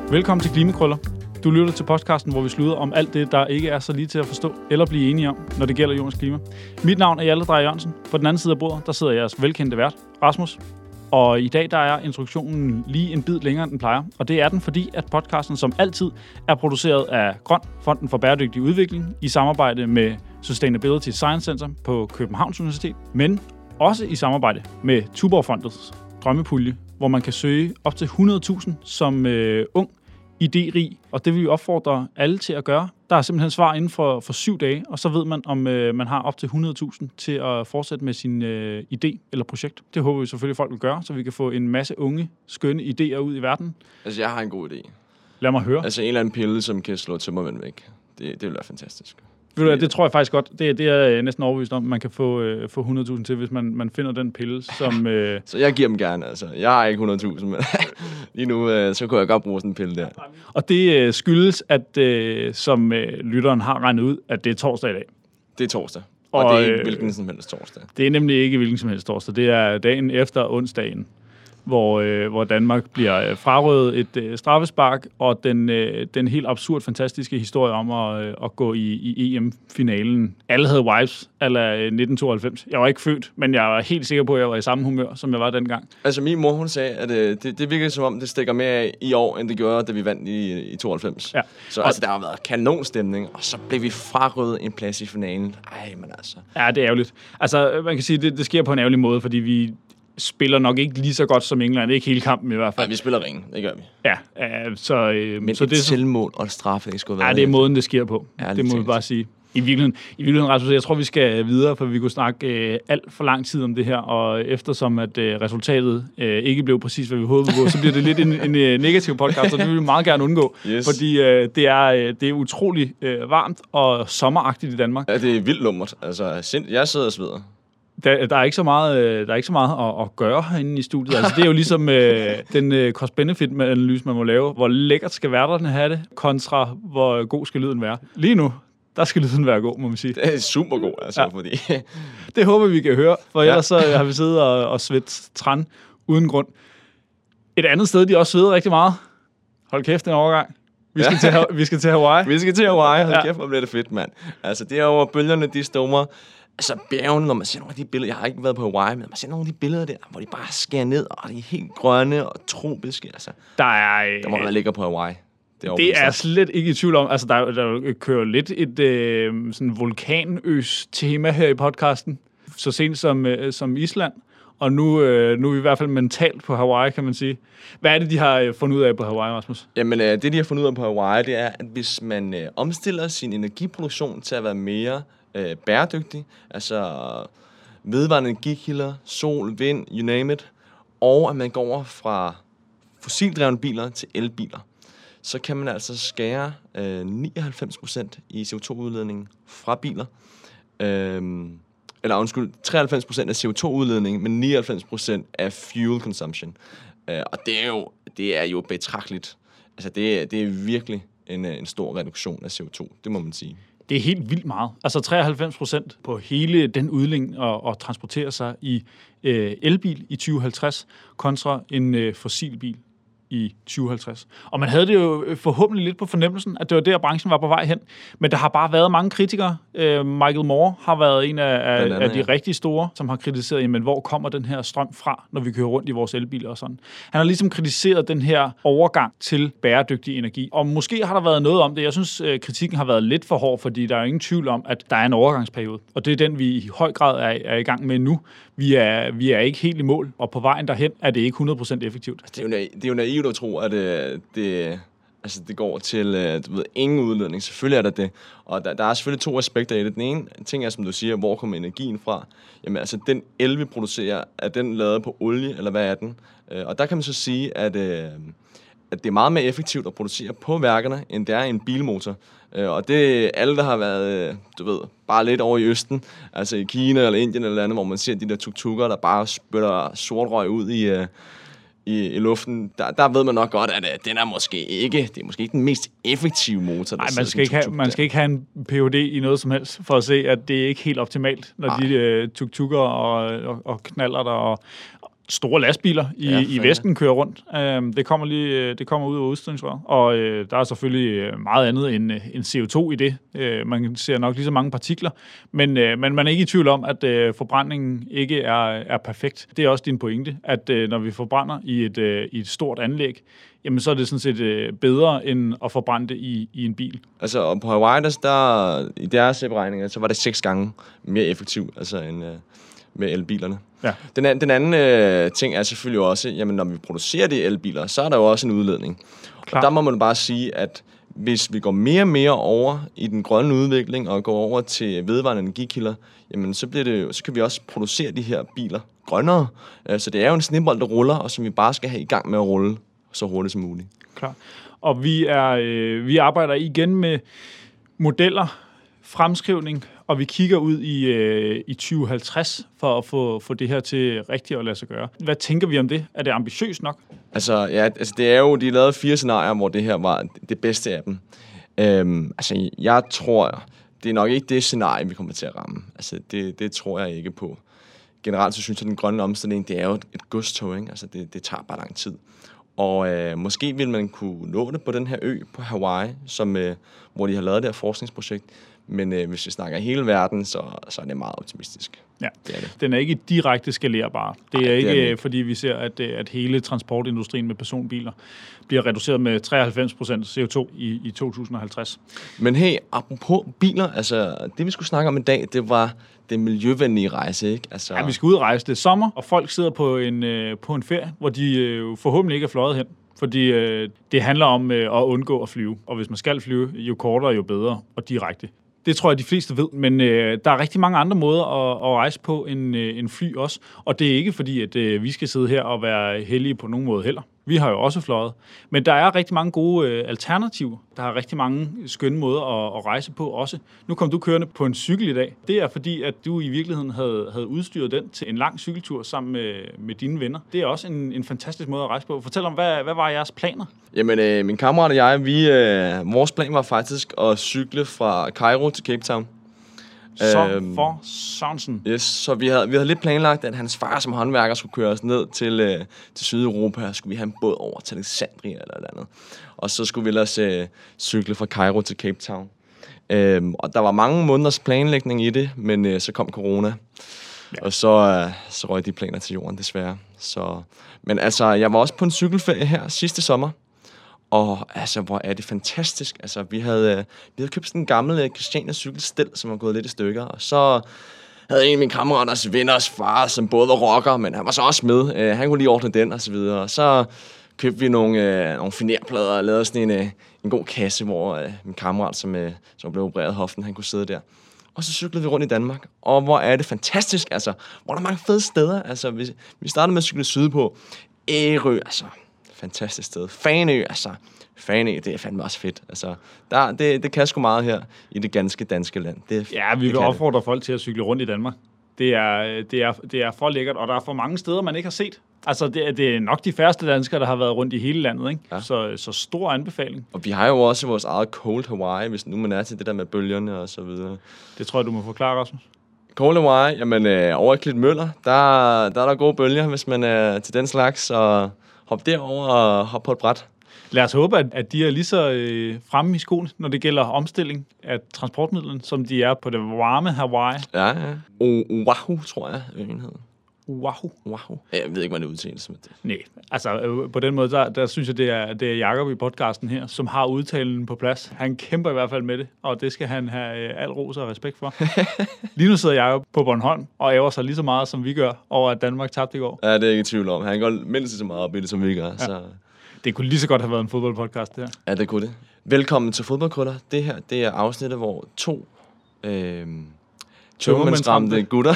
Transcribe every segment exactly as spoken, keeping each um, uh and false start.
Velkommen til Klimakrøller. Du lytter til podcasten, hvor vi slutter om alt det, der ikke er så lige til at forstå eller blive enige om, når det gælder jordens klima. Mit navn er Hjalte Dreyer Jørgensen. På den anden side af bordet, der sidder jeres velkendte vært, Rasmus. Og i dag der er introduktionen lige en bid længere, end den plejer. Og det er den, fordi at podcasten som altid er produceret af Grøn, Fonden for Bæredygtig Udvikling, i samarbejde med Sustainability Science Center på Københavns Universitet, men også i samarbejde med Tuborgfondets drømmepulje, hvor man kan søge op til hundrede tusind som øh, ung, idérig, og det vil vi opfordre alle til at gøre. Der er simpelthen svar inden for, for syv dage, og så ved man, om øh, man har op til hundrede tusind til at fortsætte med sin øh, idé eller projekt. Det håber vi selvfølgelig, folk vil gøre, så vi kan få en masse unge, skønne idéer ud i verden. Altså, jeg har en god idé. Lad mig høre. Altså, en eller anden pille, som kan slå tømmermænd væk. Det, det vil være fantastisk. Ved du, det tror jeg faktisk godt. Det, det er jeg næsten overbevist om, man kan få, øh, få hundrede tusind til, hvis man, man finder den pille, som... Øh... Så jeg giver dem gerne, altså. Jeg har ikke hundrede tusind, men lige nu, øh, så kunne jeg godt bruge sådan en pille der. Og det øh, skyldes, at øh, som øh, lytteren har regnet ud, at det er torsdag i dag. Det er torsdag. Og, og det er ikke øh, hvilken som helst torsdag. Det er nemlig ikke hvilken som helst torsdag. Det er dagen efter onsdagen, hvor, øh, hvor Danmark bliver frarådet et øh, straffespark, og den, øh, den helt absurd fantastiske historie om at, øh, at gå i, i E M-finalen. Alle havde wives a la nitten tooghalvfems. Jeg var ikke født, men jeg var helt sikker på, at jeg var i samme humør, som jeg var dengang. Altså min mor, hun sagde, at øh, det, det virkede som om, det stikker mere af i år, end det gjorde, da vi vandt i, i tooghalvfems. Ja. Så og altså, der har været kanonstemning, og så blev vi frarøvet en plads i finalen. Ej, men altså. Ja, det er ærgerligt. Altså, man kan sige, det, det sker på en ærgerlig måde, fordi vi spiller nok ikke lige så godt som England. Ikke hele kampen i hvert fald. Nej, vi spiller ringen. Det gør vi. Ja, øh, så... Øh, Men så et det selvmål og et straffe, det skulle være... Ja, det er måden, det sker på. Ja, det må vi bare sige. I virkeligheden, i virkeligheden, Rasmus, jeg tror, vi skal videre, for vi kunne snakke øh, alt for lang tid om det her, og eftersom at øh, resultatet øh, ikke blev præcis, hvad vi håbede på, så bliver det lidt en, en, en negativ podcast, og det vil vi meget gerne undgå, yes. fordi øh, det, er, øh, det er utrolig øh, varmt og sommeragtigt i Danmark. Ja, det er vildt lummert. Altså, sind, jeg sidder og sveder. Der, der er ikke så meget, der er ikke så meget at, at gøre herinde i studiet. Altså, det er jo ligesom øh, den øh, cost-benefit-analyse, man må lave. Hvor lækkert skal værterne have det, kontra hvor god skal lyden være. Lige nu, der skal lyden være god, må man sige. Det er super god, altså, ja. Fordi... det håber vi kan høre, for ellers så har vi siddet og, og svedt træn uden grund. Et andet sted, de også sveder rigtig meget. Hold kæft, den overgang. Vi skal, ja. til, vi skal til Hawaii. Vi skal til Hawaii. Hold ja. kæft, hvor bliver det fedt, mand. Altså, det er jo, bølgerne, de stommer. Altså bjergene, når man ser nogle af de billeder, jeg har ikke været på Hawaii, men man ser nogle af de billeder der, hvor de bare skærer ned, og de er helt grønne og tropiske, altså. Der er... Der må være lækker på Hawaii. Det er, det er slet ikke i tvivl om. Altså, der, der kører lidt et øh, sådan vulkanøs-tema her i podcasten. Så sent som, øh, som Island. Og nu, øh, nu er vi i hvert fald mentalt på Hawaii, kan man sige. Hvad er det, de har fundet ud af på Hawaii, Rasmus? Jamen, øh, det de har fundet ud af på Hawaii, det er, at hvis man øh, omstiller sin energiproduktion til at være mere øh, bæredygtig, altså vedvarende energikilder, sol, vind, you name it, og at man går over fra fossildrevne biler til elbiler, så kan man altså skære øh, nioghalvfems procent i C O to udledningen fra biler. Øh, eller undskyld, treoghalvfems procent af C O to udledningen, men nioghalvfems procent af fuel consumption. Øh, og det er jo, det er jo betragteligt. Altså, det er, det er virkelig en, en stor reduktion af C O to, det må man sige. Det er helt vildt meget. Altså treoghalvfems procent på hele den udledning og, og transportere sig i øh, elbil i tyve halvtreds kontra en øh, fossilbil i tyve halvtreds. Og man havde det jo forhåbentlig lidt på fornemmelsen, at det var der, branchen var på vej hen. Men der har bare været mange kritikere. Øh, Michael Moore har været en af, af, andet, af de ja. rigtig store, som har kritiseret, jamen, hvor kommer den her strøm fra, når vi kører rundt i vores elbiler og sådan. Han har ligesom kritiseret den her overgang til bæredygtig energi. Og måske har der været noget om det. Jeg synes, kritikken har været lidt for hård, fordi der er ingen tvivl om, at der er en overgangsperiode. Og det er den, vi i høj grad er, er i gang med nu. Vi er, vi er ikke helt i mål, og på vejen derhen er det ikke hundrede procent effektivt. Det er jo, det er jo naivt at tro, at det, det, altså det går til du ved, ingen udledning. Selvfølgelig er der det. Og der, der er selvfølgelig to aspekter i det. Den ene ting er, som du siger, hvor kommer energien fra? Jamen altså, den el, vi producerer, er den lavet på olie, eller hvad er den? Og der kan man så sige, at, at det er meget mere effektivt at producere på værkerne, end det er en bilmotor. Og det er alle, der har været, du ved, bare lidt over i Østen, altså i Kina eller Indien eller andet, hvor man ser de der tuk-tukker, der bare spytter sortrøg ud i, i, i luften. Der, der ved man nok godt, at den er måske ikke, det er måske ikke den mest effektive motor. Nej, man skal, ikke have, man skal ikke have en P H D i noget som helst, for at se, at det er ikke helt optimalt, når Ej. de uh, tuk-tukker og, og, og knaller der og store lastbiler i, Ja, i Vesten kører rundt. Øh, det kommer lige, det kommer ud af udstødningsrøret. Og øh, der er selvfølgelig meget andet end, end C O to i det. Øh, man ser nok lige så mange partikler. Men, øh, men man er ikke i tvivl om, at øh, forbrændingen ikke er, er perfekt. Det er også din pointe, at øh, når vi forbrænder i et, øh, i et stort anlæg, jamen så er det sådan set øh, bedre end at forbrænde det i, i en bil. Altså på Hawaii, der, der i deres beregninger, så var det seks gange mere effektivt altså, end øh, med elbilerne. Ja. Den, an, den anden øh, ting er selvfølgelig også, jamen når vi producerer de elbiler, så er der jo også en udledning. Klar. Og der må man bare sige, at hvis vi går mere og mere over i den grønne udvikling og går over til vedvarende energikilder, jamen så, bliver det, så kan vi også producere de her biler grønnere. Så det er jo en snebold, der ruller, og som vi bare skal have i gang med at rulle så hurtigt som muligt. Klar. Og vi, er, øh, vi arbejder igen med modeller, fremskrivning, og vi kigger ud i, øh, i tyve halvtreds for at få, få det her til rigtigt at lade sig gøre. Hvad tænker vi om det? Er det ambitiøst nok? Altså, ja, altså det er jo, de lavede fire scenarier, hvor det her var det bedste af dem. Øhm, altså, jeg tror, det er nok ikke det scenarie, vi kommer til at ramme. Altså, det, det tror jeg ikke på. Generelt så synes jeg, at den grønne omstilling, det er jo et, et godstog, ikke? Altså, det, det tager bare lang tid. Og øh, måske vil man kunne nå det på den her ø på Hawaii, som, øh, hvor de har lavet det her forskningsprojekt. Men øh, hvis vi snakker hele verden, så, så er det meget optimistisk. Ja, det er det. Den er ikke direkte skalerbar. Det er Ej, ikke, det er fordi vi ser, at, at hele transportindustrien med personbiler bliver reduceret med treoghalvfems procent C O to i, i to tusind og halvtreds. Men hey, apropos biler, altså det vi skulle snakke om i dag, det var det miljøvenlige rejse, ikke? Altså... Ja, vi skal ud og rejse. Det er sommer, og folk sidder på en, øh, på en ferie, hvor de øh, forhåbentlig ikke er fløjet hen. Fordi øh, det handler om øh, at undgå at flyve. Og hvis man skal flyve, jo kortere, jo bedre og direkte. Det tror jeg, de fleste ved, men øh, der er rigtig mange andre måder at, at rejse på end, øh, end fly også. Og det er ikke fordi, at øh, vi skal sidde her og være heldige på nogen måde heller. Vi har jo også fløjet. Men der er rigtig mange gode øh, alternativer. Der er rigtig mange skønne måder at, at rejse på også. Nu kom du kørende på en cykel i dag. Det er fordi, at du i virkeligheden havde, havde udstyret den til en lang cykeltur sammen med, med dine venner. Det er også en, en fantastisk måde at rejse på. Fortæl om, hvad, hvad var jeres planer? Jamen, øh, min kammerat og jeg, vi, øh, vores plan var faktisk at cykle fra Cairo til Cape Town. Så for Sørensen. Yes, så vi havde, vi havde lidt planlagt, at hans far som håndværker skulle køre os ned til, øh, til Sydeuropa, og skulle vi have en båd over til Alexandria eller et andet. Og så skulle vi ellers øh, cykle fra Cairo til Cape Town. Øhm, og der var mange måneders planlægning i det, men øh, så kom corona. Ja. Og så, øh, så røg de planer til jorden, desværre. Så, men altså, jeg var også på en cykelferie her sidste sommer. Og altså, hvor er det fantastisk. Altså, vi havde, vi havde købt sådan en gammel uh, Christiania cykelstel, som var gået lidt i stykker. Og så havde en af mine kammeraters venners far, som både var rocker, men han var så også med. Uh, han kunne lige ordne den og så videre. Og så købte vi nogle, uh, nogle finerplader og lavede sådan en, uh, en god kasse, hvor uh, min kammerat, som, uh, som blev opereret hoften, han kunne sidde der. Og så cyklede vi rundt i Danmark. Og hvor er det fantastisk. Altså, hvor er der mange fede steder. Altså, vi, vi startede med at cykle sydpå. Ærø, altså... fantastisk sted. Fanø, altså. Fanø, det er fandme også fedt. Altså, der, det, det kan sgu meget her i det ganske danske land. Det, ja, vi vil opfordre det. folk til at cykle rundt i Danmark. Det er, det, er, det er for lækkert, og der er for mange steder, man ikke har set. Altså, det er, det er nok de færreste danskere, der har været rundt i hele landet, ikke? Ja. Så, så stor anbefaling. Og vi har jo også vores eget Cold Hawaii, hvis nu man er til det der med bølgerne og så videre. Det tror jeg, du må forklare, Rasmus. Cold Hawaii, jamen øh, over i Klitmøller, der, der er der gode bølger, hvis man er til den slags, og hop derover og hop på et bræt. Lad os håbe, at, at de er lige så øh, fremme i skolen, når det gælder omstilling af transportmidlen, som de er på det varme Hawaii. Ja, ja. Oahu, tror jeg, er enheden. Oahu. Oahu. Jeg ved ikke, hvordan det udtales som det. Nej, altså øh, på den måde, der, der synes jeg, det er, det er Jacob i podcasten her, som har udtalen på plads. Han kæmper i hvert fald med det, og det skal han have øh, al ros og respekt for. Lige nu sidder Jacob på Bornholm og æver sig lige så meget, som vi gør, over at Danmark tabte i går. Ja, det er ikke i tvivl om. Han går mindst så meget op i det, som vi gør. Ja. Så. Det kunne lige så godt have været en fodboldpodcast, det her. Ja, det kunne det. Velkommen til Fodboldkrøller. Det her, det er afsnittet, hvor to... Øh, tømmermandsramte gutter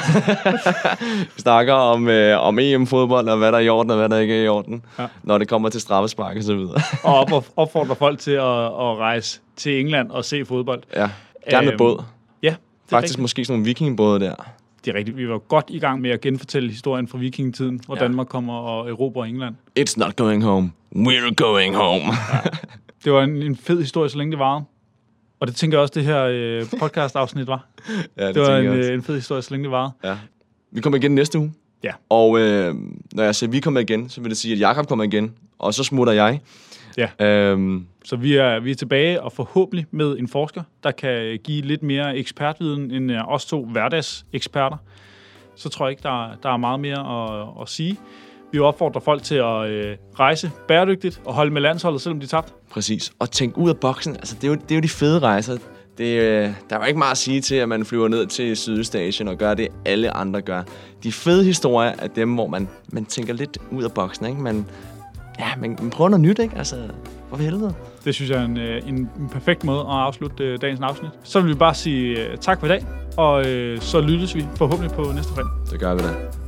vi snakker om, øh, om E M-fodbold, og hvad der er i orden, og hvad der ikke er i orden, ja. Når det kommer til straffespark og så videre. Og op, opfordrer folk til at, at rejse til England og se fodbold. Ja, gerne med æm, båd. Ja. Det Faktisk rigtigt. Måske sådan nogle vikingbåde der. Det er rigtigt. Vi var godt i gang med at genfortælle historien fra vikingetiden, hvor ja. Danmark kommer og erobrer England. It's not going home. We're going home. Ja. Det var en, en fed historie, så længe det varede. Og det tænker jeg også, det her øh, podcast-afsnit var. Ja, det det var en, øh, en fed historie, så længe det varede. Ja. Vi kommer igen næste uge. Ja. Og øh, når jeg siger, vi kommer igen, så vil det sige, at Jakob kommer igen, og så smutter jeg. Ja. Øhm, Så vi er, vi er tilbage, og forhåbentlig med en forsker, der kan give lidt mere ekspertviden end uh, os to hverdagseksperter. Så tror jeg ikke, der, der er meget mere at, at sige. Vi opfordrer folk til at øh, rejse bæredygtigt og holde med landsholdet, selvom de tabte. Præcis. Og tænk ud af boksen. Altså, det er jo, det er jo de fede rejser. Det, øh, der er jo ikke meget at sige til, at man flyver ned til Sydøstasien og gør det, alle andre gør. De fede historier er dem, hvor man, man tænker lidt ud af boksen, ikke? Man, ja, man, man prøver noget nyt, ikke? Altså, for helvede. Det synes jeg er en, en, en perfekt måde at afslutte øh, dagens afsnit. Så vil vi bare sige øh, tak for i dag, og øh, så lyttes vi forhåbentlig på næste fredag. Det gør vi da.